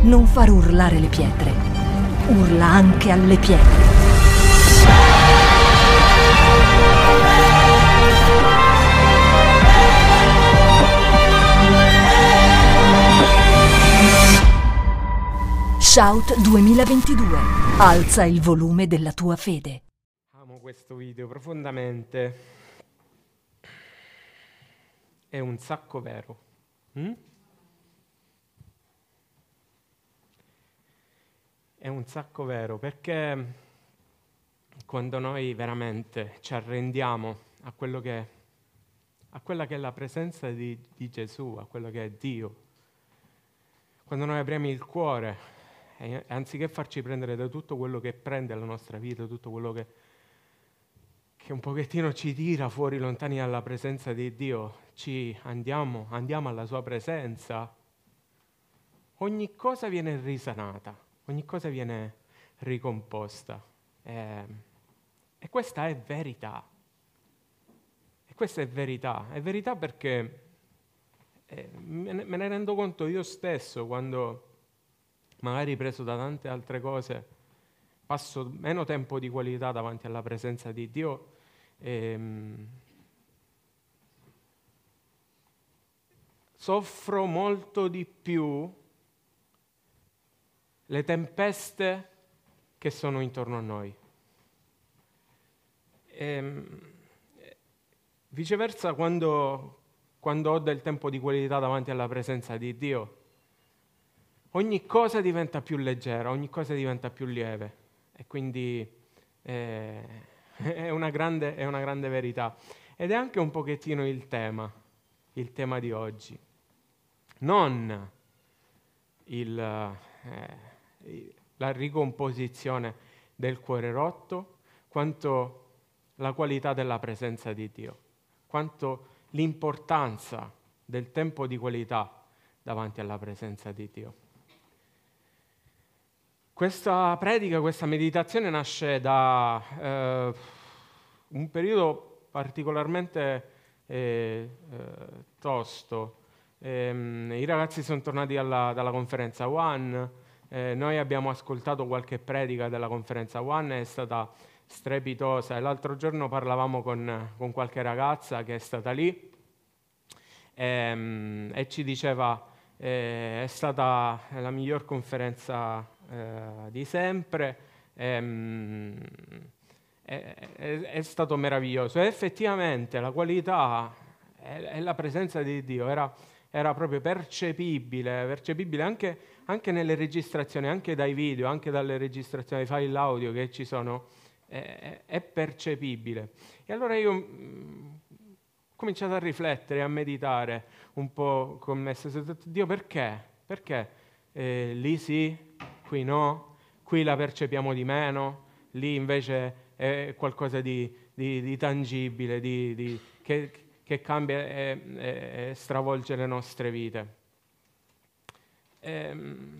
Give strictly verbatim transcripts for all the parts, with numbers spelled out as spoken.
non far urlare le pietre. Urla anche alle pietre. Shout duemilaventidue. Alza il volume della tua fede. Amo questo video profondamente. È un sacco vero. Mm? È un sacco vero perché quando noi veramente ci arrendiamo a quello che a quella che è la presenza di, di Gesù, a quello che è Dio, quando noi apriamo il cuore e anziché farci prendere da tutto quello che prende la nostra vita, tutto quello che, che un pochettino ci tira fuori lontani dalla presenza di Dio, ci andiamo, andiamo alla sua presenza, ogni cosa viene risanata, ogni cosa viene ricomposta. E, e questa è verità. E questa è verità. È verità perché eh, me, ne, me ne rendo conto io stesso quando, magari preso da tante altre cose, passo meno tempo di qualità davanti alla presenza di Dio. Ehm, soffro molto di più le tempeste che sono intorno a noi. Ehm, viceversa, quando, quando ho del tempo di qualità davanti alla presenza di Dio, ogni cosa diventa più leggera, ogni cosa diventa più lieve. E quindi eh, è, una grande, è una grande verità. Ed è anche un pochettino il tema, il tema di oggi. Non il, eh, la ricomposizione del cuore rotto, quanto la qualità della presenza di Dio, quanto l'importanza del tempo di qualità davanti alla presenza di Dio. Questa predica, questa meditazione nasce da eh, un periodo particolarmente eh, eh, tosto. Eh, I ragazzi sono tornati alla, dalla conferenza One, eh, noi abbiamo ascoltato qualche predica della conferenza One, è stata strepitosa. E l'altro giorno parlavamo con, con qualche ragazza che è stata lì ehm, e ci diceva eh, è stata la miglior conferenza eh, di sempre, ehm, è, è, è stato meraviglioso. E effettivamente la qualità e, e la presenza di Dio era, era proprio percepibile, percepibile anche, anche nelle registrazioni, anche dai video, anche dalle registrazioni, dai file audio che ci sono. È, è percepibile. E allora io mh, ho cominciato a riflettere, a meditare un po' con me stesso. Ho detto, Dio, perché? Perché eh, lì sì, qui no, qui la percepiamo di meno, lì invece è qualcosa di, di, di tangibile, di, di, che, che cambia e, e, e stravolge le nostre vite. E,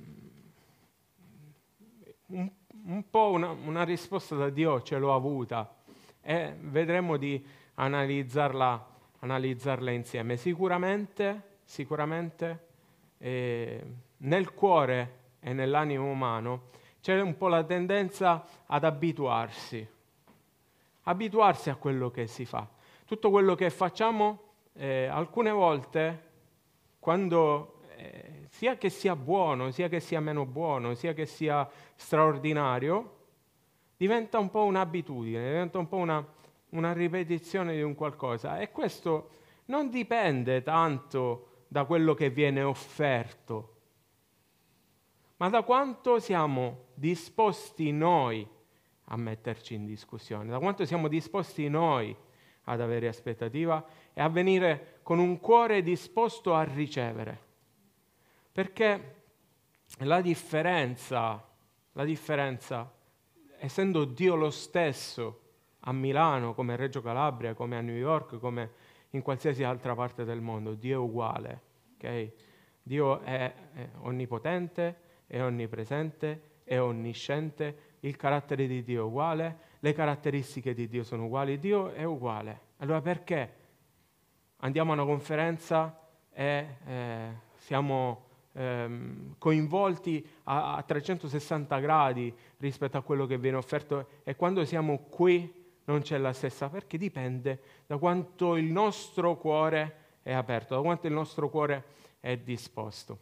un Un po' una, una risposta da Dio ce l'ho avuta e vedremo di analizzarla, analizzarla insieme. Sicuramente, sicuramente eh, nel cuore e nell'animo umano c'è un po' la tendenza ad abituarsi, abituarsi a quello che si fa. Tutto quello che facciamo, eh, alcune volte, quando eh, sia che sia buono, sia che sia meno buono, sia che sia straordinario, diventa un po' un'abitudine, diventa un po' una, una ripetizione di un qualcosa. E questo non dipende tanto da quello che viene offerto, ma da quanto siamo disposti noi a metterci in discussione, da quanto siamo disposti noi ad avere aspettativa e a venire con un cuore disposto a ricevere. Perché la differenza, la differenza, essendo Dio lo stesso a Milano, come a Reggio Calabria, come a New York, come in qualsiasi altra parte del mondo, Dio è uguale, ok? Dio è, è onnipotente, è onnipresente, è onnisciente, il carattere di Dio è uguale, le caratteristiche di Dio sono uguali, Dio è uguale. Allora perché andiamo a una conferenza e eh, siamo ehm, coinvolti a, a trecentosessanta gradi rispetto a quello che viene offerto, e quando siamo qui non c'è la stessa, perché dipende da quanto il nostro cuore è aperto, da quanto il nostro cuore è disposto.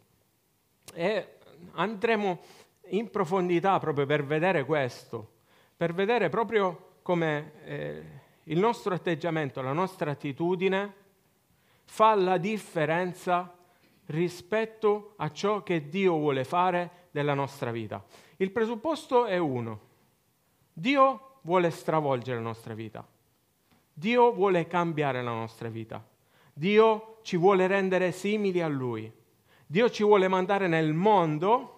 E andremo in profondità proprio per vedere questo, per vedere proprio come eh, il nostro atteggiamento, la nostra attitudine fa la differenza rispetto a ciò che Dio vuole fare della nostra vita. Il presupposto è uno: Dio vuole stravolgere la nostra vita, Dio vuole cambiare la nostra vita, Dio ci vuole rendere simili a Lui, Dio ci vuole mandare nel mondo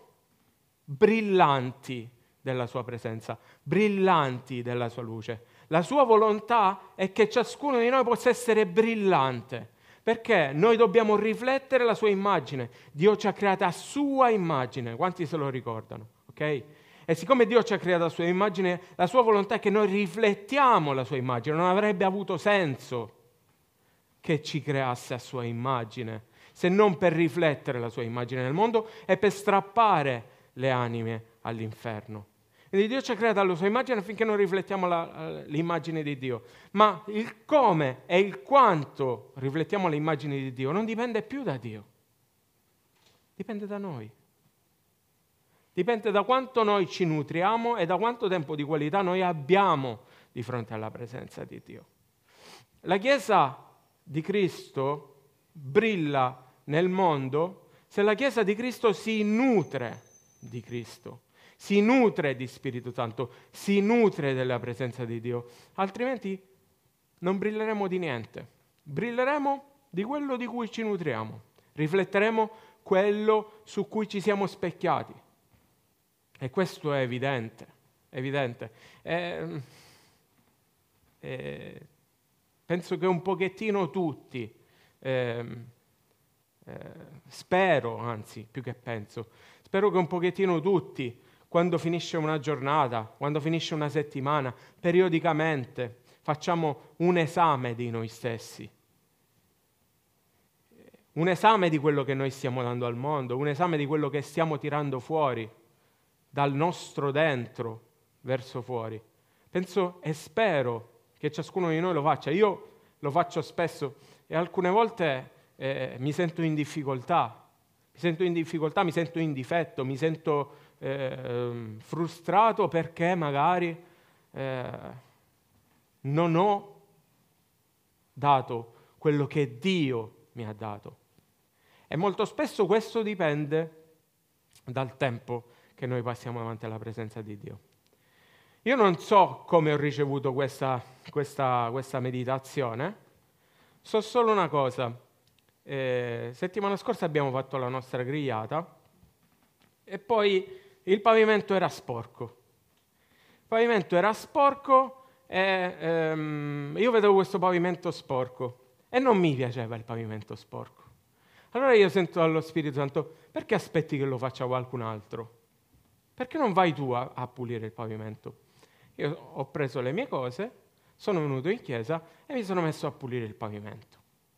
brillanti della sua presenza, brillanti della sua luce. La sua volontà è che ciascuno di noi possa essere brillante, perché noi dobbiamo riflettere la sua immagine. Dio ci ha creata a sua immagine, quanti se lo ricordano? Ok? E siccome Dio ci ha creato a sua immagine, la sua volontà è che noi riflettiamo la sua immagine. Non avrebbe avuto senso che ci creasse a sua immagine, se non per riflettere la sua immagine nel mondo e per strappare le anime all'inferno. Quindi Dio ci ha creato alla sua immagine affinché noi riflettiamo la, l'immagine di Dio. Ma il come e il quanto riflettiamo l'immagine di Dio non dipende più da Dio. Dipende da noi. Dipende da quanto noi ci nutriamo e da quanto tempo di qualità noi abbiamo di fronte alla presenza di Dio. La Chiesa di Cristo brilla nel mondo se la Chiesa di Cristo si nutre di Cristo, si nutre di Spirito Santo, si nutre della presenza di Dio, altrimenti non brilleremo di niente. Brilleremo di quello di cui ci nutriamo, rifletteremo quello su cui ci siamo specchiati, e questo è evidente, evidente. E, e, penso che un pochettino tutti, eh, eh, spero, anzi più che penso, spero che un pochettino tutti, quando finisce una giornata, quando finisce una settimana, periodicamente facciamo un esame di noi stessi, un esame di quello che noi stiamo dando al mondo, un esame di quello che stiamo tirando fuori dal nostro dentro verso fuori. Penso e spero che ciascuno di noi lo faccia. Io lo faccio spesso e alcune volte eh, mi sento in difficoltà, mi sento in difficoltà, mi sento in difetto, mi sento eh, frustrato perché magari eh, non ho dato quello che Dio mi ha dato. E molto spesso questo dipende dal tempo che noi passiamo davanti alla presenza di Dio. Io non so come ho ricevuto questa, questa, questa meditazione, so solo una cosa. Eh, settimana scorsa abbiamo fatto la nostra grigliata e poi il pavimento era sporco. Il pavimento era sporco e ehm, io vedevo questo pavimento sporco e non mi piaceva il pavimento sporco. Allora io sento dallo Spirito Santo: perché aspetti che lo faccia qualcun altro? Perché non vai tu a, a pulire il pavimento? Io ho preso le mie cose, sono venuto in chiesa e mi sono messo a pulire il pavimento.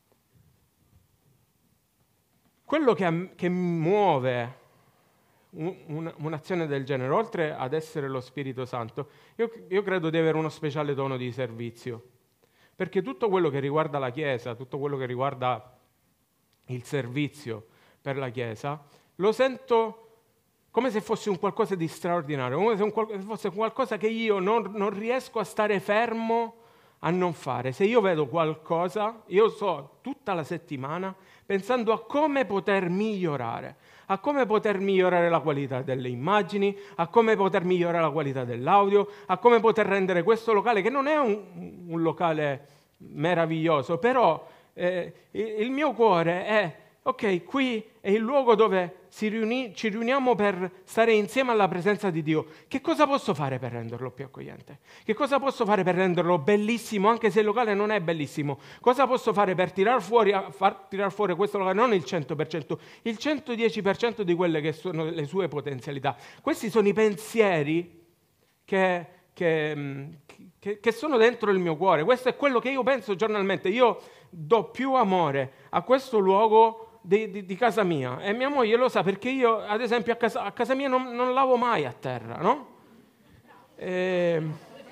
Quello che, che muove un, un, un'azione del genere, oltre ad essere lo Spirito Santo, io, io credo di avere uno speciale tono di servizio, perché tutto quello che riguarda la Chiesa, tutto quello che riguarda il servizio per la Chiesa, lo sento come se fosse un qualcosa di straordinario, come se, un, se fosse qualcosa che io non, non riesco a stare fermo a non fare. Se io vedo qualcosa, io so tutta la settimana pensando a come poter migliorare, a come poter migliorare la qualità delle immagini, a come poter migliorare la qualità dell'audio, a come poter rendere questo locale, che non è un, un locale meraviglioso, però eh, il mio cuore è: ok, qui è il luogo dove si riuni, ci riuniamo per stare insieme alla presenza di Dio. Che cosa posso fare per renderlo più accogliente? Che cosa posso fare per renderlo bellissimo, anche se il locale non è bellissimo? Cosa posso fare per tirar fuori, far tirar fuori questo locale, non il cento per cento, il centodieci per cento di quelle che sono le sue potenzialità? Questi sono i pensieri che, che, che, che sono dentro il mio cuore. Questo è quello che io penso giornalmente. Io do più amore a questo luogo di, di, di casa mia e mia moglie lo sa perché io, ad esempio, a casa, a casa mia non, non lavo mai a terra, no? E...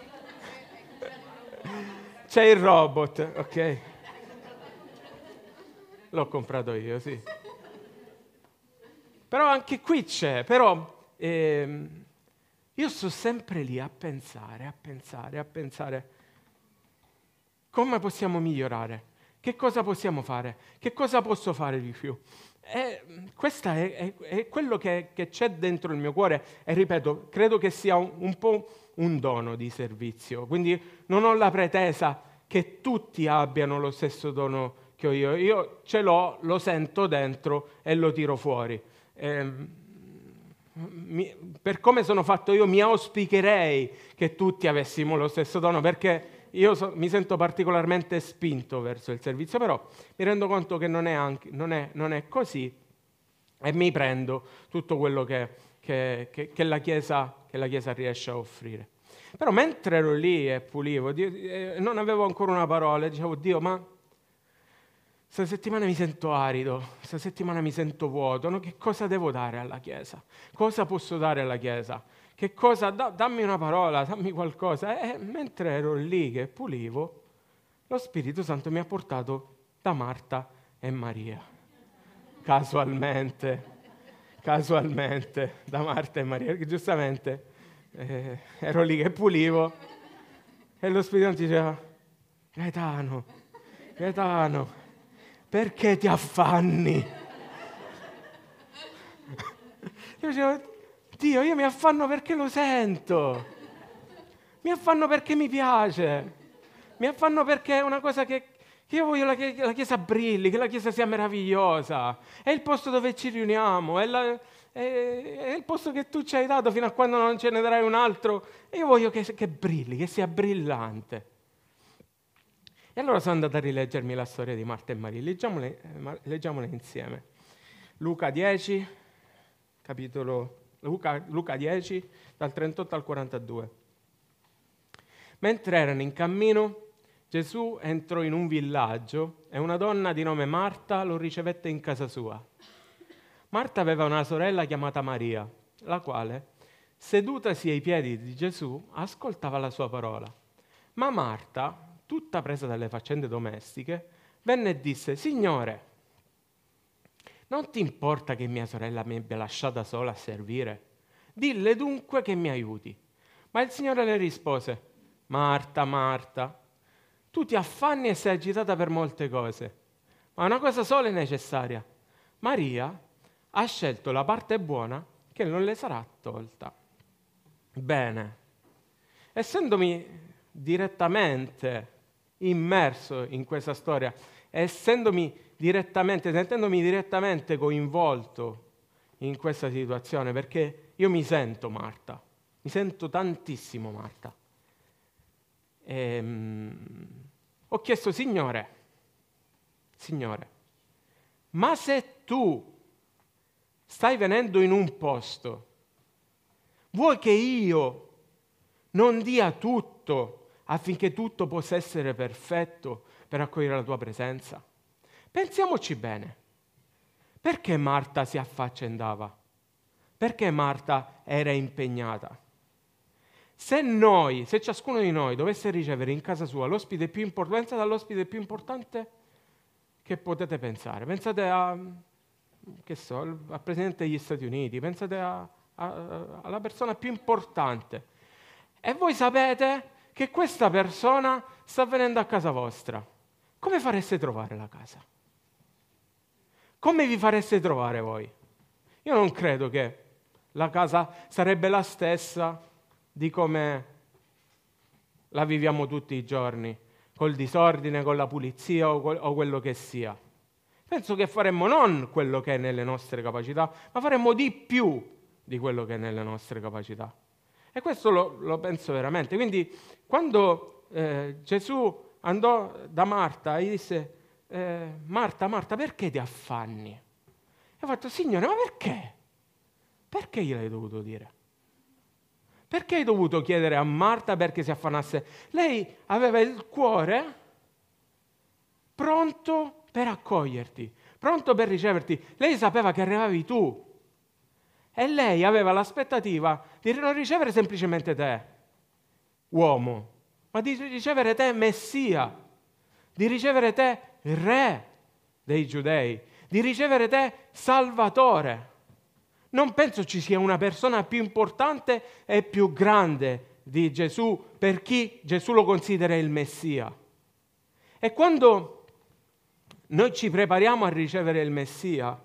C'è il robot, ok? L'ho comprato io, sì. Però anche qui c'è, però ehm, io sto sempre lì a pensare, a pensare, a pensare come possiamo migliorare, che cosa possiamo fare, che cosa posso fare di più. E questo è, è, è quello che, che c'è dentro il mio cuore e ripeto, credo che sia un, un po' un dono di servizio, quindi non ho la pretesa che tutti abbiano lo stesso dono che ho io, io ce l'ho, lo sento dentro e lo tiro fuori. Eh, mi, per come sono fatto io mi auspicherei che tutti avessimo lo stesso dono perché io so, mi sento particolarmente spinto verso il servizio, però mi rendo conto che non è, anche, non è, non è così e mi prendo tutto quello che, che, che, che, la Chiesa, che la Chiesa riesce a offrire. Però mentre ero lì e pulivo, Dio, eh, non avevo ancora una parola, dicevo, Dio, ma questa settimana mi sento arido, questa settimana mi sento vuoto, no? Che cosa devo dare alla Chiesa? Cosa posso dare alla Chiesa? Che cosa? Da, dammi una parola, dammi qualcosa. E mentre ero lì che pulivo, lo Spirito Santo mi ha portato da Marta e Maria. Casualmente, casualmente, da Marta e Maria, perché giustamente eh, ero lì che pulivo e lo Spirito Santo diceva, Gaetano, Gaetano, perché ti affanni? Io dicevo, Dio, io mi affanno perché lo sento, mi affanno perché mi piace, mi affanno perché è una cosa che, che io voglio che la Chiesa brilli, che la Chiesa sia meravigliosa, è il posto dove ci riuniamo, è, la, è, è il posto che tu ci hai dato fino a quando non ce ne darai un altro, e io voglio che, che brilli, che sia brillante. E allora sono andato a rileggermi la storia di Marta e Maria, leggiamole, eh, leggiamole insieme. Luca dieci, capitolo Luca, Luca dieci, dal trentotto al quarantadue. Mentre erano in cammino, Gesù entrò in un villaggio e una donna di nome Marta lo ricevette in casa sua. Marta aveva una sorella chiamata Maria, la quale, sedutasi ai piedi di Gesù, ascoltava la sua parola. Ma Marta, tutta presa dalle faccende domestiche, venne e disse, Signore, non ti importa che mia sorella mi abbia lasciata sola a servire? Dille dunque che mi aiuti. Ma il Signore le rispose, Marta, Marta, tu ti affanni e sei agitata per molte cose, ma una cosa sola è necessaria. Maria ha scelto la parte buona che non le sarà tolta. Bene, essendomi direttamente immerso in questa storia, essendomi direttamente, sentendomi direttamente coinvolto in questa situazione, perché io mi sento Marta, mi sento tantissimo Marta. E, um, ho chiesto, Signore, Signore, ma se tu stai venendo in un posto, vuoi che io non dia tutto affinché tutto possa essere perfetto per accogliere la tua presenza? Pensiamoci bene. Perché Marta si affaccendava? Perché Marta era impegnata? Se noi, se ciascuno di noi dovesse ricevere in casa sua l'ospite più importante, pensate all'ospite più importante che potete pensare. Pensate a, che so, al Presidente degli Stati Uniti, pensate a, a, alla persona più importante. E voi sapete che questa persona sta venendo a casa vostra. Come fareste trovare la casa? Come vi fareste trovare voi? Io non credo che la casa sarebbe la stessa di come la viviamo tutti i giorni, col disordine, con la pulizia o, o quello che sia. Penso che faremmo non quello che è nelle nostre capacità, ma faremmo di più di quello che è nelle nostre capacità. E questo lo, lo penso veramente. Quindi quando eh, Gesù andò da Marta e gli disse, eh, Marta, Marta, perché ti affanni? E ho fatto, Signore, ma perché? Perché gliel'hai dovuto dire? Perché hai dovuto chiedere a Marta perché si affannasse? Lei aveva il cuore pronto per accoglierti, pronto per riceverti. Lei sapeva che arrivavi tu e lei aveva l'aspettativa di non ricevere semplicemente te, uomo, ma di ricevere te Messia, di ricevere te Re dei Giudei, di ricevere te Salvatore. Non penso ci sia una persona più importante e più grande di Gesù per chi Gesù lo considera il Messia. E quando noi ci prepariamo a ricevere il Messia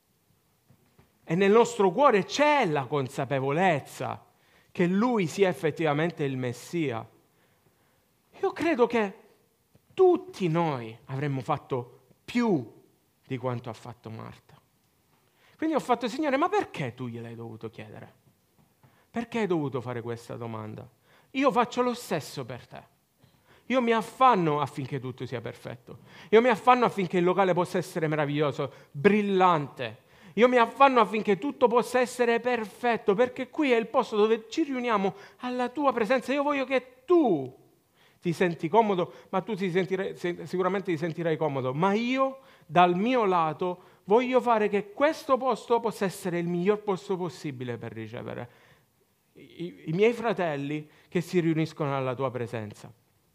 e nel nostro cuore c'è la consapevolezza che Lui sia effettivamente il Messia, io credo che tutti noi avremmo fatto più di quanto ha fatto Marta. Quindi ho fatto, Signore, ma perché tu gliel'hai dovuto chiedere? Perché hai dovuto fare questa domanda? Io faccio lo stesso per te. Io mi affanno affinché tutto sia perfetto. Io mi affanno affinché il locale possa essere meraviglioso, brillante. Io mi affanno affinché tutto possa essere perfetto, perché qui è il posto dove ci riuniamo alla tua presenza. Io voglio che tu ti senti comodo, ma tu ti sentirai, sicuramente ti sentirai comodo, ma io dal mio lato voglio fare che questo posto possa essere il miglior posto possibile per ricevere i, i miei fratelli che si riuniscono alla tua presenza.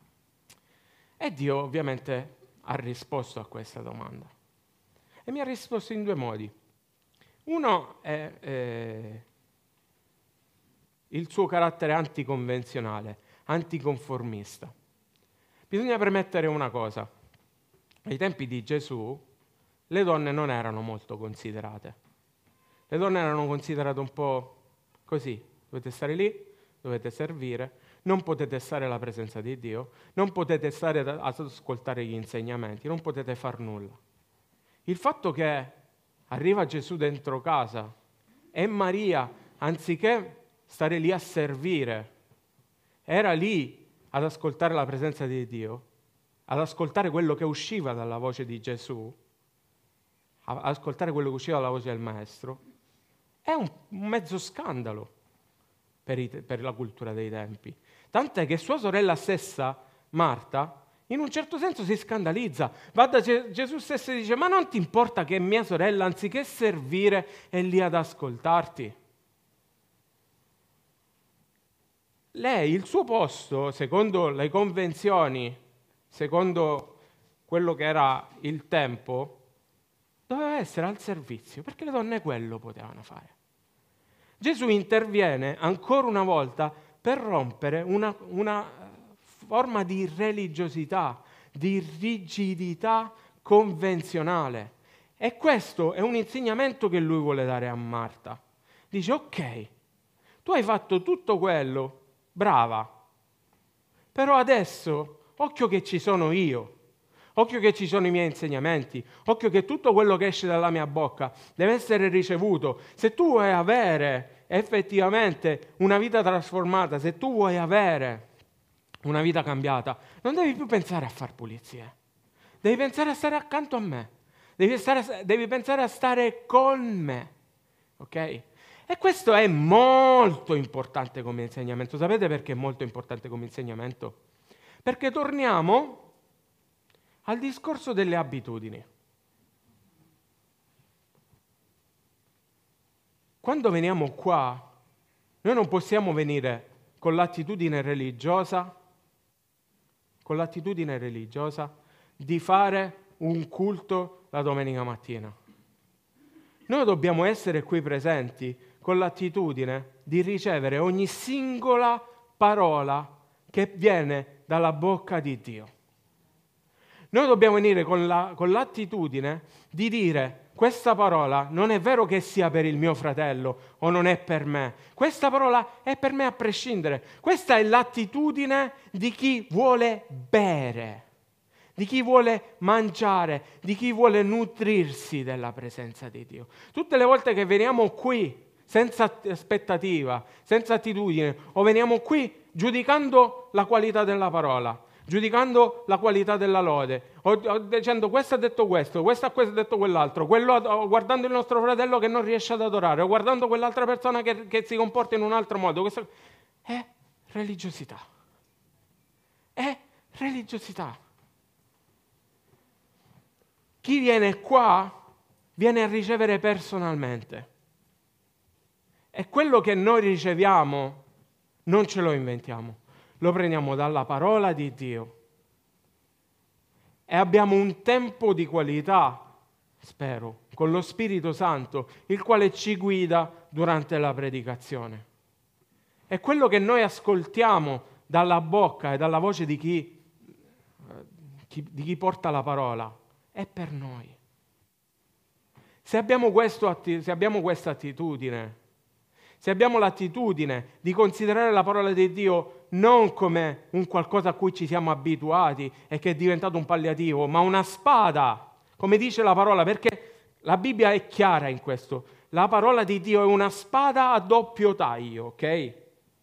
E Dio ovviamente ha risposto a questa domanda. E mi ha risposto in due modi. Uno è eh, il suo carattere anticonvenzionale, anticonformista. Bisogna premettere una cosa. Ai tempi di Gesù le donne non erano molto considerate. Le donne erano considerate un po' così. Dovete stare lì, dovete servire, non potete stare alla presenza di Dio, non potete stare ad ascoltare gli insegnamenti, non potete far nulla. Il fatto che arriva Gesù dentro casa e Maria, anziché stare lì a servire, era lì ad ascoltare la presenza di Dio, ad ascoltare quello che usciva dalla voce di Gesù, ad ascoltare quello che usciva dalla voce del Maestro, è un, un mezzo scandalo per, i, per la cultura dei tempi. Tant'è che sua sorella stessa, Marta, in un certo senso si scandalizza. Va da Ge- Gesù stesso e dice: ma non ti importa che mia sorella, anziché servire, è lì ad ascoltarti? Lei, il suo posto, secondo le convenzioni, secondo quello che era il tempo, doveva essere al servizio, perché le donne quello potevano fare. Gesù interviene ancora una volta per rompere una, una forma di religiosità, di rigidità convenzionale. E questo è un insegnamento che lui vuole dare a Marta. Dice: ok, tu hai fatto tutto quello, brava, però adesso occhio che ci sono io, occhio che ci sono i miei insegnamenti, occhio che tutto quello che esce dalla mia bocca deve essere ricevuto. Se tu vuoi avere effettivamente una vita trasformata, se tu vuoi avere una vita cambiata, non devi più pensare a far pulizie, devi pensare a stare accanto a me, devi, stare, devi pensare a stare con me, ok? E questo è molto importante come insegnamento. Sapete perché è molto importante come insegnamento? Perché torniamo al discorso delle abitudini. Quando veniamo qua, noi non possiamo venire con l'attitudine religiosa, con l'attitudine religiosa di fare un culto la domenica mattina. Noi dobbiamo essere qui presenti con l'attitudine di ricevere ogni singola parola che viene dalla bocca di Dio. Noi dobbiamo venire con, la, con l'attitudine di dire: questa parola non è vero che sia per il mio fratello o non è per me, questa parola è per me a prescindere. Questa è l'attitudine di chi vuole bere, di chi vuole mangiare, di chi vuole nutrirsi della presenza di Dio. Tutte le volte che veniamo qui senza aspettativa, senza attitudine, o veniamo qui giudicando la qualità della parola, giudicando la qualità della lode, o, o dicendo questo ha detto questo, questo ha detto quell'altro, quello, o guardando il nostro fratello che non riesce ad adorare, o guardando quell'altra persona che, che si comporta in un altro modo, questo è religiosità. È religiosità. Chi viene qua viene a ricevere personalmente. E quello che noi riceviamo non ce lo inventiamo, lo prendiamo dalla parola di Dio. E abbiamo un tempo di qualità, spero, con lo Spirito Santo, il quale ci guida durante la predicazione. E quello che noi ascoltiamo dalla bocca e dalla voce di chi, chi, di chi porta la parola è per noi. Se abbiamo, questo, se abbiamo questa attitudine, se abbiamo l'attitudine di considerare la parola di Dio non come un qualcosa a cui ci siamo abituati e che è diventato un palliativo, ma una spada, come dice la parola, perché la Bibbia è chiara in questo. La parola di Dio è una spada a doppio taglio, ok?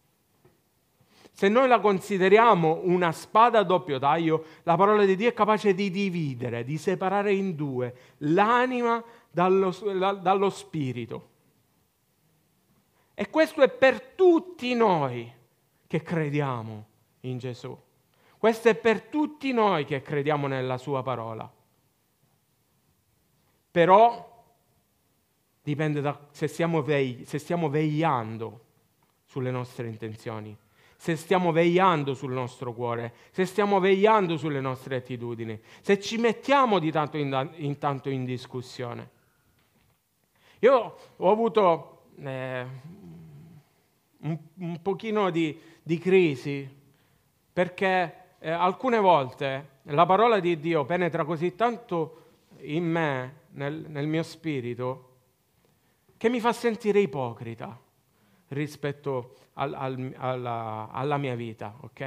Se noi la consideriamo una spada a doppio taglio, la parola di Dio è capace di dividere, di separare in due l'anima dallo, dallo spirito. E questo è per tutti noi che crediamo in Gesù. Questo è per tutti noi che crediamo nella sua parola. Però dipende da se stiamo, vegli, se stiamo vegliando sulle nostre intenzioni, se stiamo vegliando sul nostro cuore, se stiamo vegliando sulle nostre attitudini, se ci mettiamo di tanto in, in tanto in discussione. Io ho avuto eh, un, un pochino di, di crisi perché eh, alcune volte la parola di Dio penetra così tanto in me, nel, nel mio spirito, che mi fa sentire ipocrita rispetto al, al, alla, alla mia vita, ok?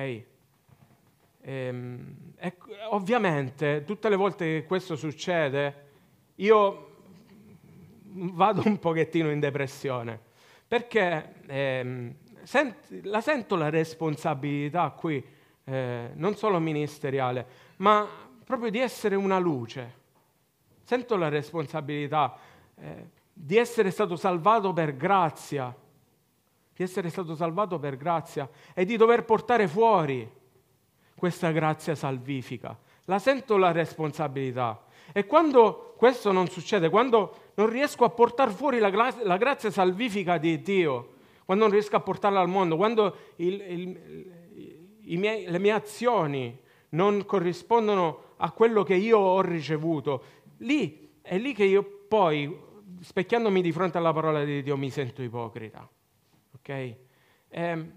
Ehm, e, ovviamente, tutte le volte che questo succede, io vado un pochettino in depressione, perché ehm, sent, la sento la responsabilità qui, eh, non solo ministeriale, ma proprio di essere una luce. Sento la responsabilità eh, di essere stato salvato per grazia, di essere stato salvato per grazia e di dover portare fuori questa grazia salvifica. La sento la responsabilità. E quando questo non succede, quando non riesco a portare fuori la, gra- la grazia salvifica di Dio, quando non riesco a portarla al mondo, quando il, il, i miei, le mie azioni non corrispondono a quello che io ho ricevuto, lì è lì che io poi, specchiandomi di fronte alla parola di Dio, mi sento ipocrita. Ok? E,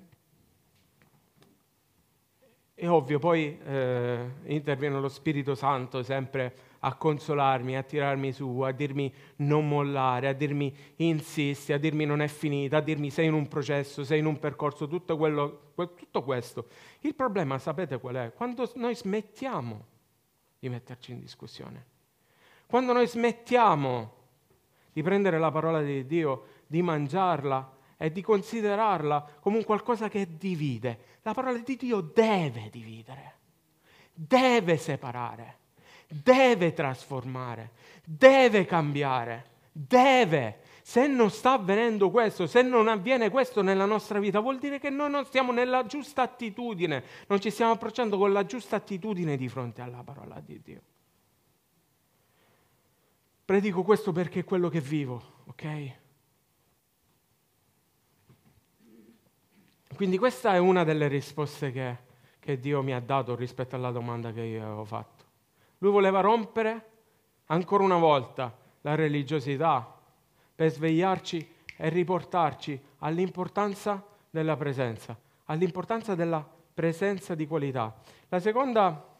è ovvio, poi eh, interviene lo Spirito Santo sempre a consolarmi, a tirarmi su, a dirmi non mollare, a dirmi insisti, a dirmi non è finita, a dirmi sei in un processo, sei in un percorso, tutto, quello, tutto questo. Il problema, sapete qual è? Quando noi smettiamo di metterci in discussione, quando noi smettiamo di prendere la parola di Dio, di mangiarla e di considerarla come un qualcosa che divide. La parola di Dio deve dividere, deve separare, deve trasformare, deve cambiare, deve. Se non sta avvenendo questo, se non avviene questo nella nostra vita, vuol dire che noi non stiamo nella giusta attitudine, non ci stiamo approcciando con la giusta attitudine di fronte alla parola di Dio. Predico questo perché è quello che vivo, ok? Quindi questa è una delle risposte che, che Dio mi ha dato rispetto alla domanda che io avevo fatto. Lui voleva rompere ancora una volta la religiosità per svegliarci e riportarci all'importanza della presenza, all'importanza della presenza di qualità. La seconda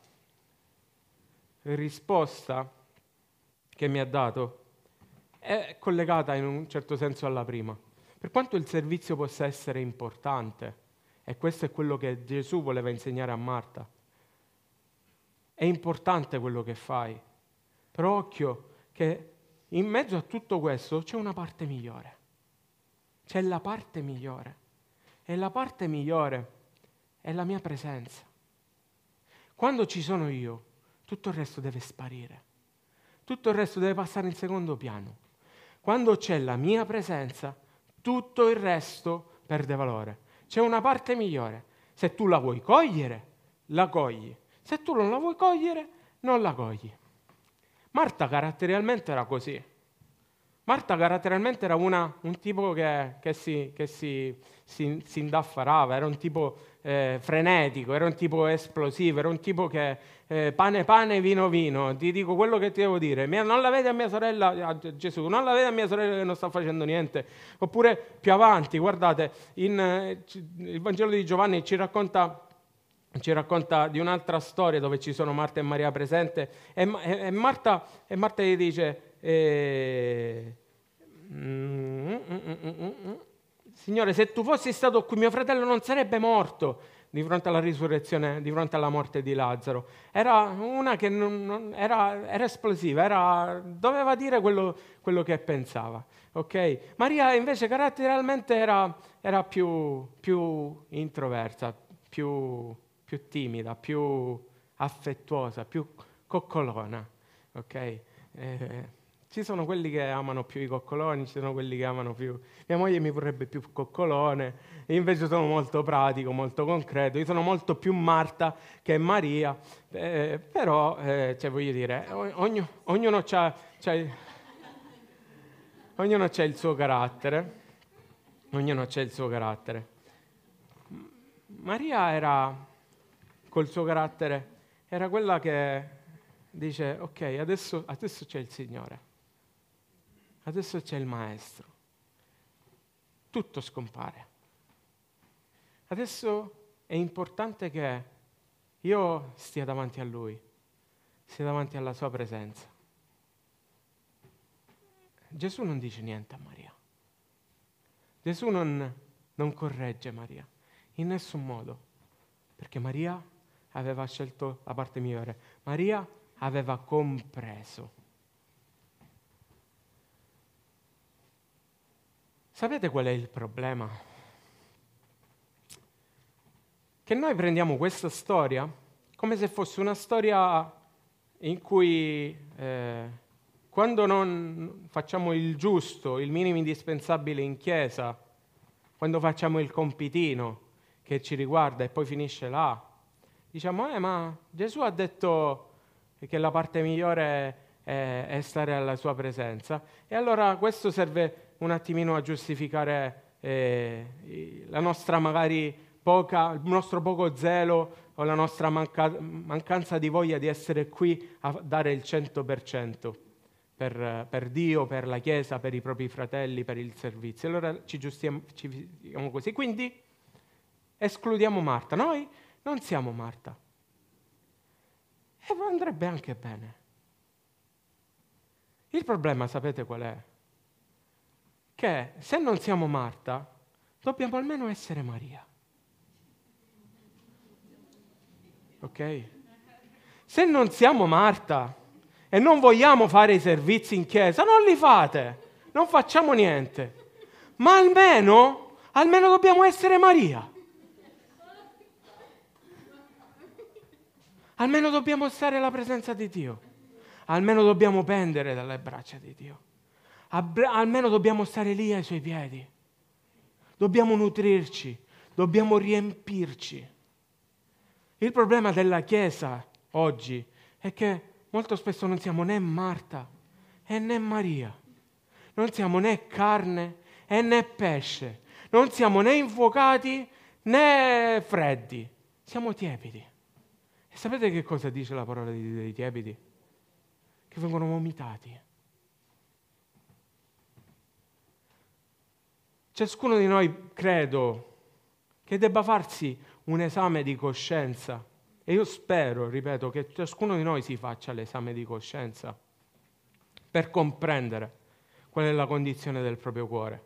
risposta che mi ha dato è collegata in un certo senso alla prima. Per quanto il servizio possa essere importante, e questo è quello che Gesù voleva insegnare a Marta, è importante quello che fai, però occhio che in mezzo a tutto questo c'è una parte migliore, c'è la parte migliore, e la parte migliore è la mia presenza. Quando ci sono io, tutto il resto deve sparire, tutto il resto deve passare in secondo piano. Quando c'è la mia presenza, tutto il resto perde valore. C'è una parte migliore. Se tu la vuoi cogliere, la cogli. Se tu non la vuoi cogliere, non la cogli. Marta caratterialmente era così. Marta caratterialmente era una, un tipo che, che, si, che si, si, si indaffarava, era un tipo eh, frenetico, era un tipo esplosivo, era un tipo che eh, pane pane, vino vino, ti dico quello che ti devo dire, mia, non la vedi a mia sorella, a Gesù, non la vedi a mia sorella che non sta facendo niente. Oppure più avanti, guardate, in, eh, il Vangelo di Giovanni ci racconta... ci racconta di un'altra storia dove ci sono Marta e Maria presente e, e, e, Marta, e Marta gli dice eh, mm, mm, mm, mm, mm, Signore, se tu fossi stato qui mio fratello non sarebbe morto. Di fronte alla risurrezione, di fronte alla morte di Lazzaro, era una che non, non, era, era esplosiva, era, doveva dire quello, quello che pensava, ok? Maria invece caratterialmente era, era più, più introversa, più più timida, più affettuosa, più coccolona, ok? Eh, ci sono quelli che amano più i coccoloni, ci sono quelli che amano più... Mia moglie mi vorrebbe più coccolone, io invece sono molto pratico, molto concreto, io sono molto più Marta che Maria, eh, però, eh, cioè voglio dire, ogni, ognuno c'ha, c'ha, ognuno c'ha il suo carattere, ognuno c'ha il suo carattere. Maria era... col suo carattere, era quella che dice, ok, adesso, adesso c'è il Signore, adesso c'è il Maestro, tutto scompare. Adesso è importante che io stia davanti a Lui, stia davanti alla Sua presenza. Gesù non dice niente a Maria, Gesù non, non corregge Maria, in nessun modo, perché Maria aveva scelto la parte migliore. Maria aveva compreso. Sapete qual è il problema? Che noi prendiamo questa storia come se fosse una storia in cui eh, quando non facciamo il giusto, il minimo indispensabile in chiesa, quando facciamo il compitino che ci riguarda e poi finisce là, diciamo, eh, ma Gesù ha detto che la parte migliore è, è stare alla sua presenza. E allora questo serve un attimino a giustificare eh, la nostra magari poca, il nostro poco zelo o la nostra manca, mancanza di voglia di essere qui a dare il cento per cento per, per Dio, per la Chiesa, per i propri fratelli, per il servizio. Allora ci giustifichiamo così. Quindi escludiamo Marta. Noi non siamo Marta. E andrebbe anche bene. Il problema, sapete qual è? Che se non siamo Marta, dobbiamo almeno essere Maria. Ok? Se non siamo Marta e non vogliamo fare i servizi in chiesa, non li fate. Non facciamo niente. Ma almeno, almeno dobbiamo essere Maria. Almeno dobbiamo stare alla presenza di Dio, almeno dobbiamo pendere dalle braccia di Dio, Abra- almeno dobbiamo stare lì ai Suoi piedi, dobbiamo nutrirci, dobbiamo riempirci. Il problema della Chiesa oggi è che molto spesso non siamo né Marta e né Maria, non siamo né carne e né pesce, non siamo né infuocati né freddi, siamo tiepidi. E sapete che cosa dice la parola di Dio dei tiepidi? Che vengono vomitati. Ciascuno di noi, credo, che debba farsi un esame di coscienza. E io spero, ripeto, che ciascuno di noi si faccia l'esame di coscienza per comprendere qual è la condizione del proprio cuore.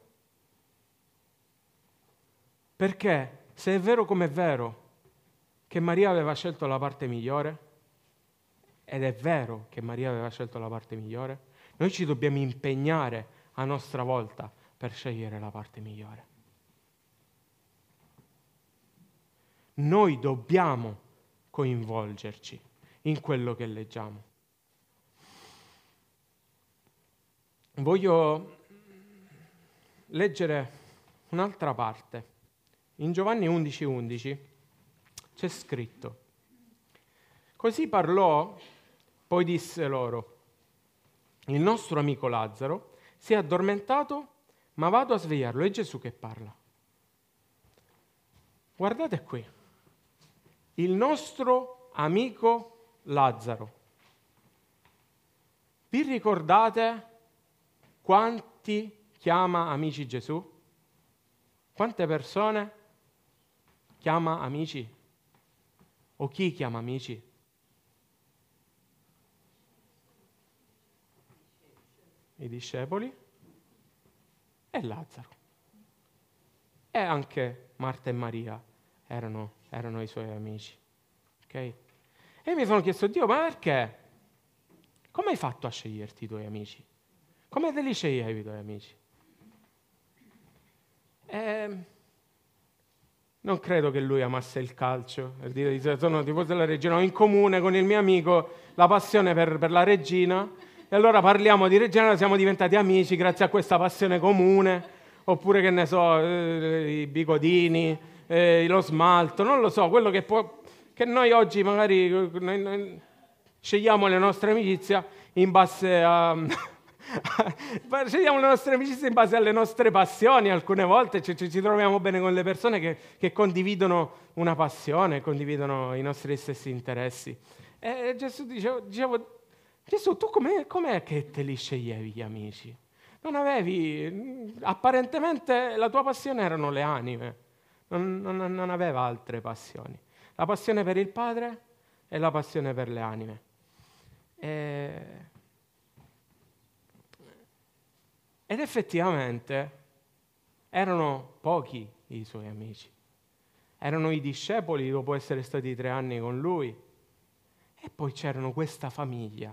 Perché se è vero come è vero che Maria aveva scelto la parte migliore, ed è vero che Maria aveva scelto la parte migliore, noi ci dobbiamo impegnare a nostra volta per scegliere la parte migliore. Noi dobbiamo coinvolgerci in quello che leggiamo. Voglio leggere un'altra parte. In Giovanni undici undici c'è scritto: così parlò, poi disse loro: il nostro amico Lazzaro si è addormentato, ma vado a svegliarlo. È Gesù che parla. Guardate qui, il nostro amico Lazzaro. Vi ricordate quanti chiama amici Gesù? Quante persone chiama amici? O chi chiama amici? I discepoli e Lazzaro. E anche Marta e Maria erano, erano i suoi amici. Okay? E mi sono chiesto, Dio, ma perché? Come hai fatto a sceglierti i tuoi amici? Come te li sceglievi i tuoi amici? E non credo che lui amasse il calcio, per dire, sono tifoso della Regina, ho in comune con il mio amico la passione per, per la Regina, e allora parliamo di Regina, siamo diventati amici grazie a questa passione comune, oppure che ne so, eh, i bigodini, eh, lo smalto, non lo so, quello che, può, che noi oggi magari noi, noi scegliamo le nostre amicizie in base a... scegliamo le nostre amicizie in base alle nostre passioni, alcune volte ci, ci, ci troviamo bene con le persone che, che condividono una passione, condividono i nostri stessi interessi. E Gesù dicevo, dicevo Gesù, tu com'è, com'è che te li sceglievi gli amici? Non avevi, apparentemente la tua passione erano le anime, non, non, non aveva altre passioni. La passione per il Padre e la passione per le anime. E... Ed effettivamente erano pochi i suoi amici. Erano i discepoli dopo essere stati tre anni con lui. E poi c'erano questa famiglia.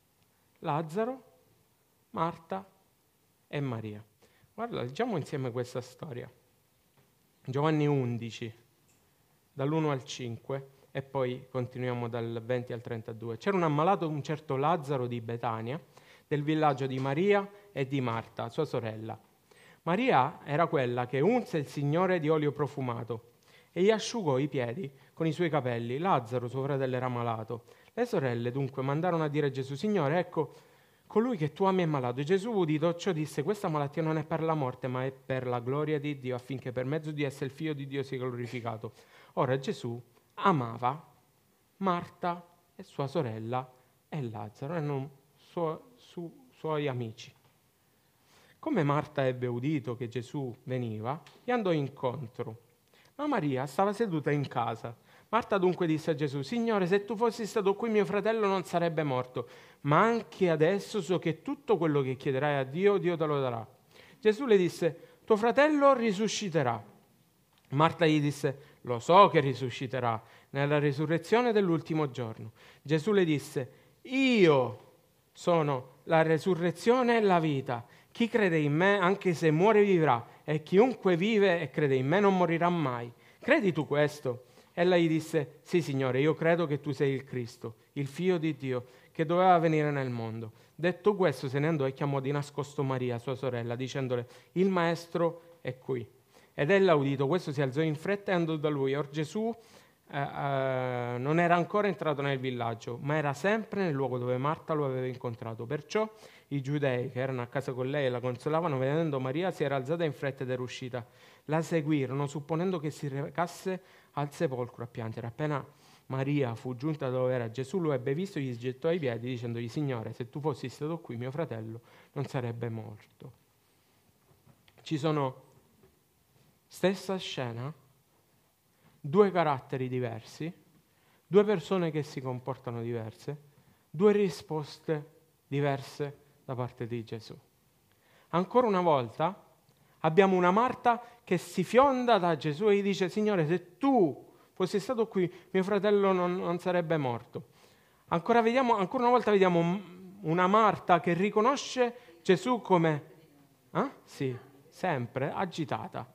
Lazzaro, Marta e Maria. Guarda, leggiamo insieme questa storia. Giovanni undici, dall'uno al cinque, e poi continuiamo dal venti al trentadue. C'era un ammalato, un certo Lazzaro di Betania, del villaggio di Maria e di Marta, sua sorella. Maria era quella che unse il Signore di olio profumato e gli asciugò i piedi con i suoi capelli. Lazzaro, suo fratello, era malato. Le sorelle dunque mandarono a dire a Gesù: Signore, ecco, colui che tu ami è malato. E Gesù, udito ciò, disse: questa malattia non è per la morte, ma è per la gloria di Dio, affinché per mezzo di essa il Figlio di Dio sia glorificato. Ora Gesù amava Marta e sua sorella e Lazzaro, erano suo, su, suoi amici. Come Marta ebbe udito che Gesù veniva, gli andò incontro, ma Maria stava seduta in casa. Marta dunque disse a Gesù: Signore, se tu fossi stato qui mio fratello non sarebbe morto, ma anche adesso so che tutto quello che chiederai a Dio, Dio te lo darà. Gesù le disse: tuo fratello risusciterà. Marta gli disse: lo so che risusciterà nella risurrezione dell'ultimo giorno. Gesù le disse: io sono la resurrezione e la vita. Chi crede in me, anche se muore, vivrà, e chiunque vive e crede in me non morirà mai. Credi tu questo? Ella gli disse: sì, Signore, io credo che tu sei il Cristo, il Figlio di Dio, che doveva venire nel mondo. Detto questo, se ne andò e chiamò di nascosto Maria, sua sorella, dicendole: il Maestro è qui. Ed ella, udito questo, si alzò in fretta e andò da lui. Or Gesù eh, eh, non era ancora entrato nel villaggio, ma era sempre nel luogo dove Marta lo aveva incontrato. Perciò i giudei che erano a casa con lei e la consolavano, vedendo Maria, si era alzata in fretta ed era uscita. La seguirono, supponendo che si recasse al sepolcro a piangere. Appena Maria fu giunta dove era Gesù, lo ebbe visto e gli gettò ai piedi, dicendogli: Signore, se tu fossi stato qui, mio fratello non sarebbe morto. Ci sono, stessa scena, due caratteri diversi, due persone che si comportano diverse, due risposte diverse da parte di Gesù. Ancora una volta abbiamo una Marta che si fionda da Gesù e gli dice: Signore, se tu fossi stato qui, mio fratello non, non sarebbe morto. Ancora, vediamo, ancora una volta vediamo una Marta che riconosce Gesù come, eh? Sì, sempre agitata.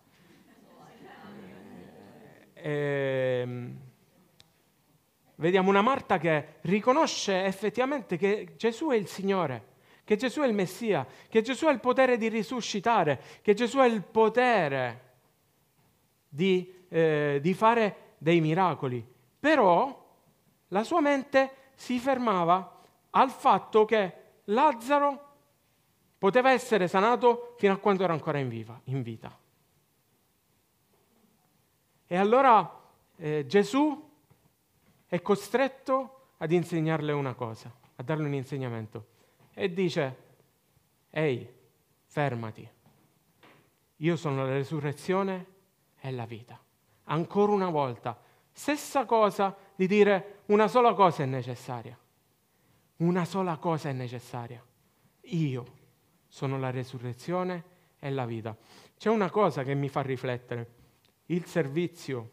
E, vediamo una Marta che riconosce effettivamente che Gesù è il Signore, che Gesù è il Messia, che Gesù ha il potere di risuscitare, che Gesù ha il potere di, eh, di fare dei miracoli. Però la sua mente si fermava al fatto che Lazzaro Poteva essere sanato fino a quando era ancora in, viva, in vita. E allora eh, Gesù è costretto ad insegnarle una cosa, a darle un insegnamento. E dice, ehi, fermati, io sono la resurrezione e la vita. Ancora una volta, stessa cosa di dire una sola cosa è necessaria. Una sola cosa è necessaria. Io sono la resurrezione e la vita. C'è una cosa che mi fa riflettere. Il servizio,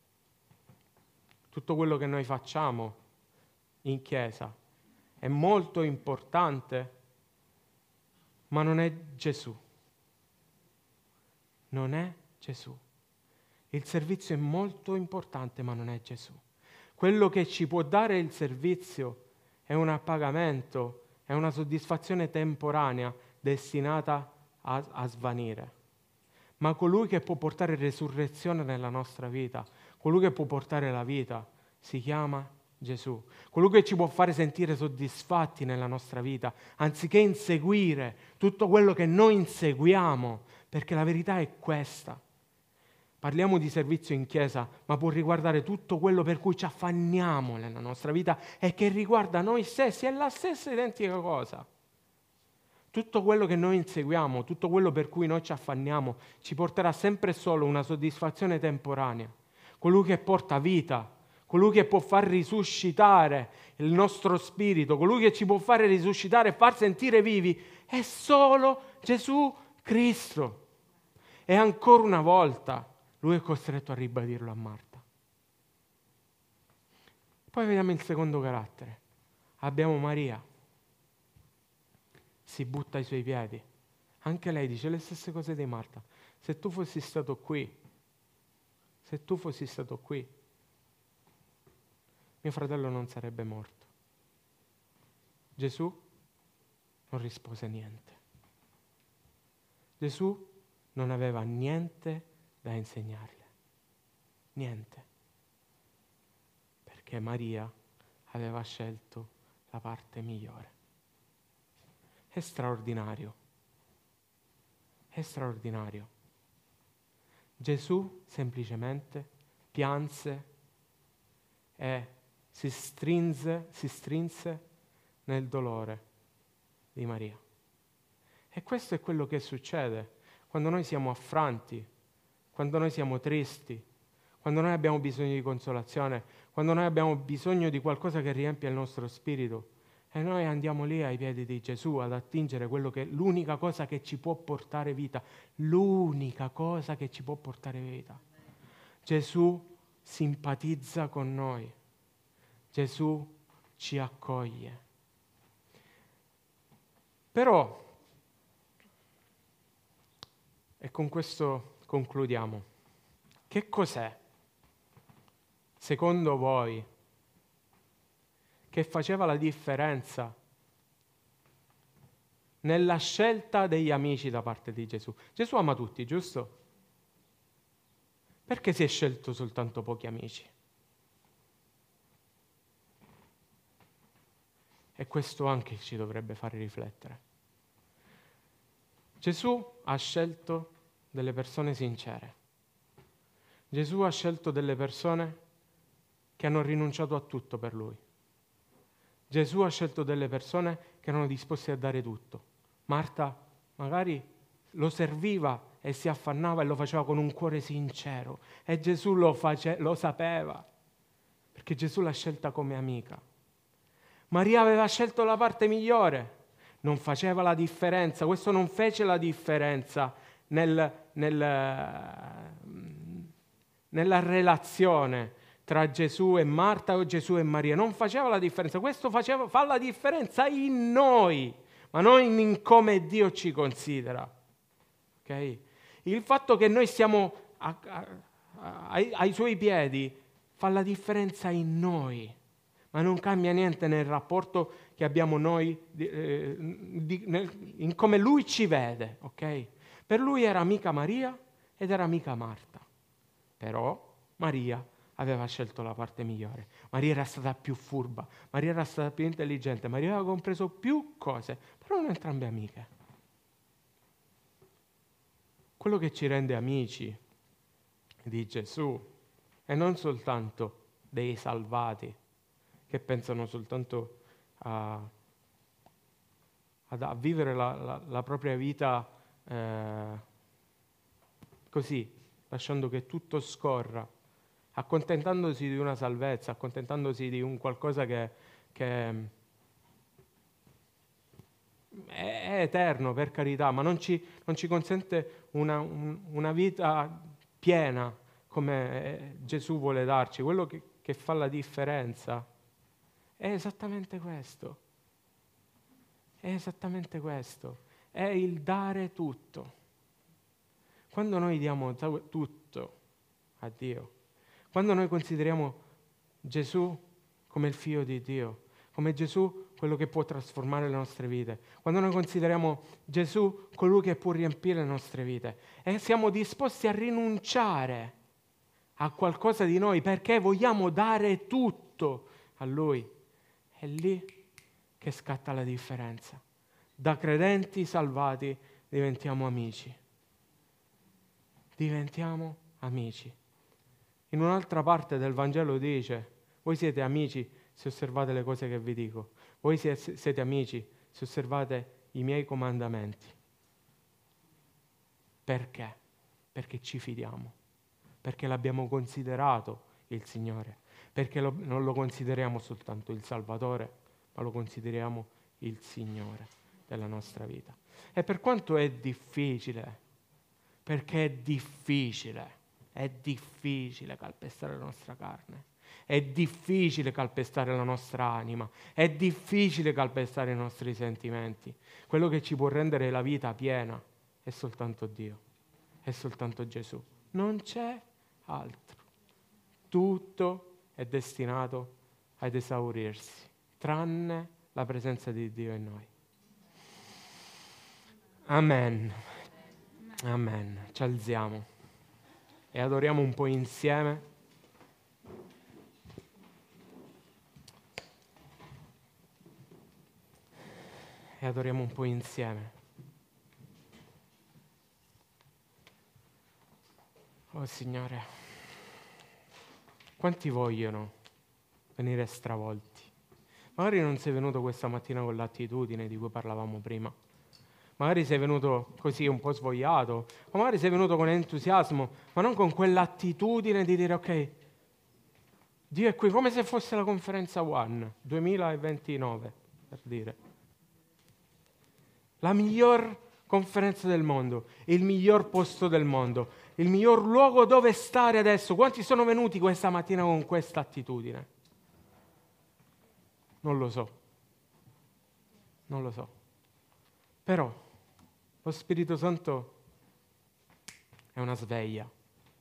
tutto quello che noi facciamo in chiesa, è molto importante, ma non è Gesù. Non è Gesù. Il servizio è molto importante, ma non è Gesù. Quello che ci può dare il servizio è un appagamento, è una soddisfazione temporanea destinata a, a svanire. Ma colui che può portare resurrezione nella nostra vita, colui che può portare la vita, si chiama Gesù. Colui che ci può fare sentire soddisfatti nella nostra vita, anziché inseguire tutto quello che noi inseguiamo, perché la verità è questa. Parliamo di servizio in chiesa, ma può riguardare tutto quello per cui ci affanniamo nella nostra vita e che riguarda noi stessi, è la stessa identica cosa. Tutto quello che noi inseguiamo, tutto quello per cui noi ci affanniamo, ci porterà sempre solo una soddisfazione temporanea. Colui che porta vita, colui che può far risuscitare il nostro spirito, colui che ci può fare risuscitare e far sentire vivi, è solo Gesù Cristo. E ancora una volta lui è costretto a ribadirlo a Marta. Poi vediamo il secondo carattere. Abbiamo Maria. Si butta ai suoi piedi. Anche lei dice le stesse cose di Marta. Se tu fossi stato qui, se tu fossi stato qui, mio fratello non sarebbe morto. Gesù non rispose niente. Gesù non aveva niente da insegnarle. Niente. Perché Maria aveva scelto la parte migliore. È straordinario. È straordinario. Gesù semplicemente pianse e si strinse, si strinse nel dolore di Maria. E questo è quello che succede quando noi siamo affranti, quando noi siamo tristi, quando noi abbiamo bisogno di consolazione, quando noi abbiamo bisogno di qualcosa che riempia il nostro spirito. E noi andiamo lì ai piedi di Gesù ad attingere quello che è l'unica cosa che ci può portare vita, l'unica cosa che ci può portare vita. Gesù simpatizza con noi, Gesù ci accoglie. Però, e con questo concludiamo, che cos'è, secondo voi, che faceva la differenza nella scelta degli amici da parte di Gesù? Gesù ama tutti, giusto? Perché si è scelto soltanto pochi amici? E questo anche ci dovrebbe fare riflettere. Gesù ha scelto delle persone sincere. Gesù ha scelto delle persone che hanno rinunciato a tutto per Lui. Gesù ha scelto delle persone che erano disposte a dare tutto. Marta magari lo serviva e si affannava e lo faceva con un cuore sincero. E Gesù lo, face, lo sapeva, perché Gesù l'ha scelta come amica. Maria aveva scelto la parte migliore. Non faceva la differenza. Questo non fece la differenza nel, nel, nella relazione tra Gesù e Marta o Gesù e Maria. Non faceva la differenza. Questo faceva, fa la differenza in noi, ma non in come Dio ci considera. Okay? Il fatto che noi stiamo a, a, a, ai, ai suoi piedi fa la differenza in noi, ma non cambia niente nel rapporto che abbiamo noi, eh, di, nel, in come Lui ci vede. Okay? Per Lui era amica Maria ed era amica Marta. Però Maria aveva scelto la parte migliore. Maria era stata più furba, Maria era stata più intelligente, Maria aveva compreso più cose, però erano entrambe amiche. quello che ci rende amici di Gesù e non soltanto dei salvati che pensano soltanto a, a, a vivere la, la, la propria vita eh, così, lasciando che tutto scorra, accontentandosi di una salvezza, accontentandosi di un qualcosa che, che è, è eterno, per carità, ma non ci, non ci consente una, un, una vita piena come Gesù vuole darci. Quello che, che fa la differenza è esattamente questo. È esattamente questo. È il dare tutto. Quando noi diamo tutto a Dio, quando noi consideriamo Gesù come il Figlio di Dio, come Gesù quello che può trasformare le nostre vite, quando noi consideriamo Gesù colui che può riempire le nostre vite e siamo disposti a rinunciare a qualcosa di noi perché vogliamo dare tutto a Lui, è lì che scatta la differenza. Da credenti salvati diventiamo amici. Diventiamo amici. In un'altra parte del Vangelo dice: voi siete amici se osservate le cose che vi dico. Voi siete amici se osservate i miei comandamenti. Perché? Perché ci fidiamo. Perché l'abbiamo considerato il Signore. Perché lo, non lo consideriamo soltanto il Salvatore, ma lo consideriamo il Signore della nostra vita. E per quanto è difficile, perché è difficile, è difficile calpestare la nostra carne, è difficile calpestare la nostra anima, è difficile calpestare i nostri sentimenti. Quello che ci può rendere la vita piena è soltanto Dio, è soltanto Gesù. Non c'è altro. Tutto è destinato ad esaurirsi, tranne la presenza di Dio in noi. Amen. Amen. Ci alziamo e adoriamo un po' insieme. E adoriamo un po' insieme. Oh Signore, quanti vogliono venire stravolti? Magari non sei venuto questa mattina con l'attitudine di cui parlavamo prima. Magari sei venuto così un po' svogliato, o magari sei venuto con entusiasmo, ma non con quell'attitudine di dire ok, Dio è qui, come se fosse la conferenza One duemilaventinove, per dire. La miglior conferenza del mondo, il miglior posto del mondo, il miglior luogo dove stare adesso. Quanti sono venuti questa mattina con questa attitudine? Non lo so, non lo so. Però lo Spirito Santo è una sveglia.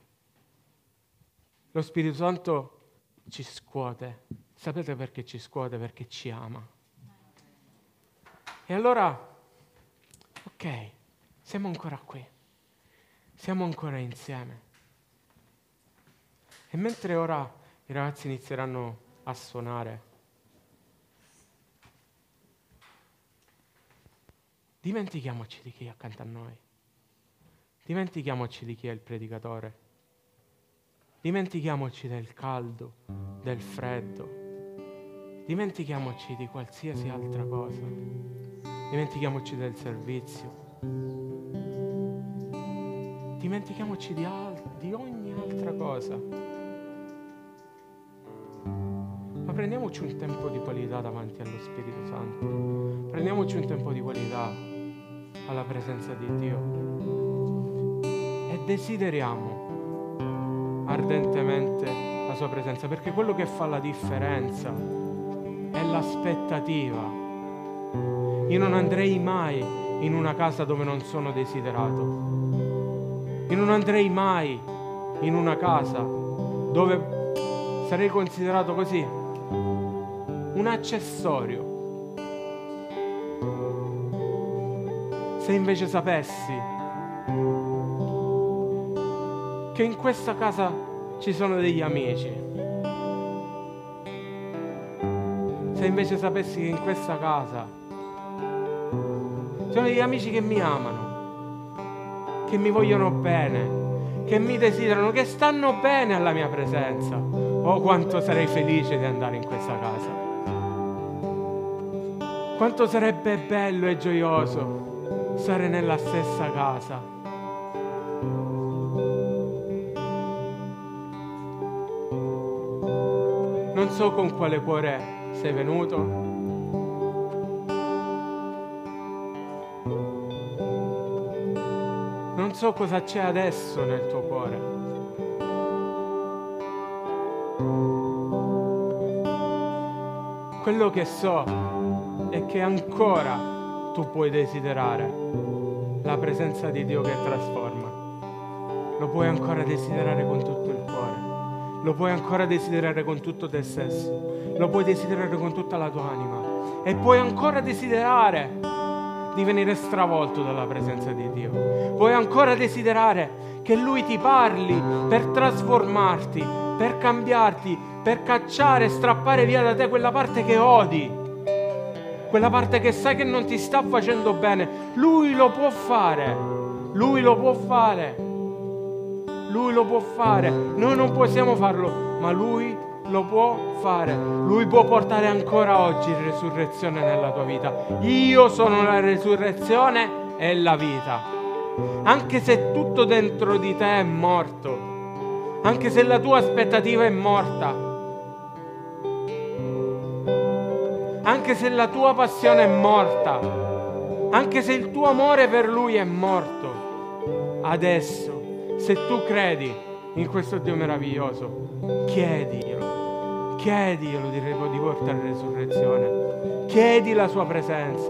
Lo Spirito Santo ci scuote. Sapete perché ci scuote? Perché ci ama. E allora, ok, siamo ancora qui. Siamo ancora insieme. E mentre ora i ragazzi inizieranno a suonare, dimentichiamoci di chi è accanto a noi. Dimentichiamoci di chi è il predicatore. Dimentichiamoci del caldo, del freddo. Dimentichiamoci di qualsiasi altra cosa. Dimentichiamoci del servizio. Dimentichiamoci di, al- di ogni altra cosa. Ma prendiamoci un tempo di qualità davanti allo Spirito Santo. Prendiamoci un tempo di qualità alla presenza di Dio. E desideriamo ardentemente la sua presenza, perché quello che fa la differenza è l'aspettativa. Io non andrei mai in una casa dove non sono desiderato. Io non andrei mai in una casa dove sarei considerato così un accessorio. Se invece sapessi che in questa casa ci sono degli amici, se invece sapessi che in questa casa ci sono degli amici che mi amano, che mi vogliono bene, che mi desiderano, che stanno bene alla mia presenza. Oh, quanto sarei felice di andare in questa casa. Quanto sarebbe bello e gioioso stare nella stessa casa. Non so con quale cuore sei venuto. Non so cosa c'è adesso nel tuo cuore. Quello che so è che ancora tu puoi desiderare la presenza di Dio che trasforma. Lo puoi ancora desiderare con tutto il cuore. Lo puoi ancora desiderare con tutto te stesso, lo puoi desiderare con tutta la tua anima e puoi ancora desiderare di venire stravolto dalla presenza di Dio. Puoi ancora desiderare che Lui ti parli per trasformarti, per cambiarti, per cacciare e strappare via da te quella parte che odi, quella parte che sai che non ti sta facendo bene. Lui lo può fare, Lui lo può fare. Lui lo può fare, noi non possiamo farlo, ma Lui lo può fare. Lui può portare ancora oggi resurrezione nella tua vita. Io sono la resurrezione e la vita. Anche se tutto dentro di te è morto, anche se la tua aspettativa è morta, anche se la tua passione è morta, anche se il tuo amore per Lui è morto, adesso, se tu credi in questo Dio meraviglioso, chiediglielo, chiediglielo di, di portare resurrezione, chiedi la sua presenza,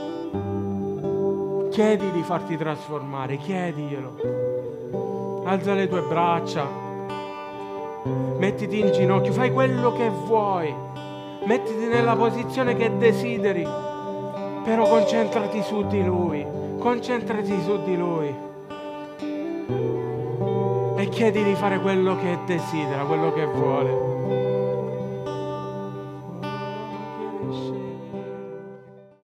chiedi di farti trasformare, chiediglielo. Alza le tue braccia, mettiti in ginocchio, fai quello che vuoi, mettiti nella posizione che desideri, però concentrati su di Lui, concentrati su di Lui. E chiedi di fare quello che desidera, quello che vuole.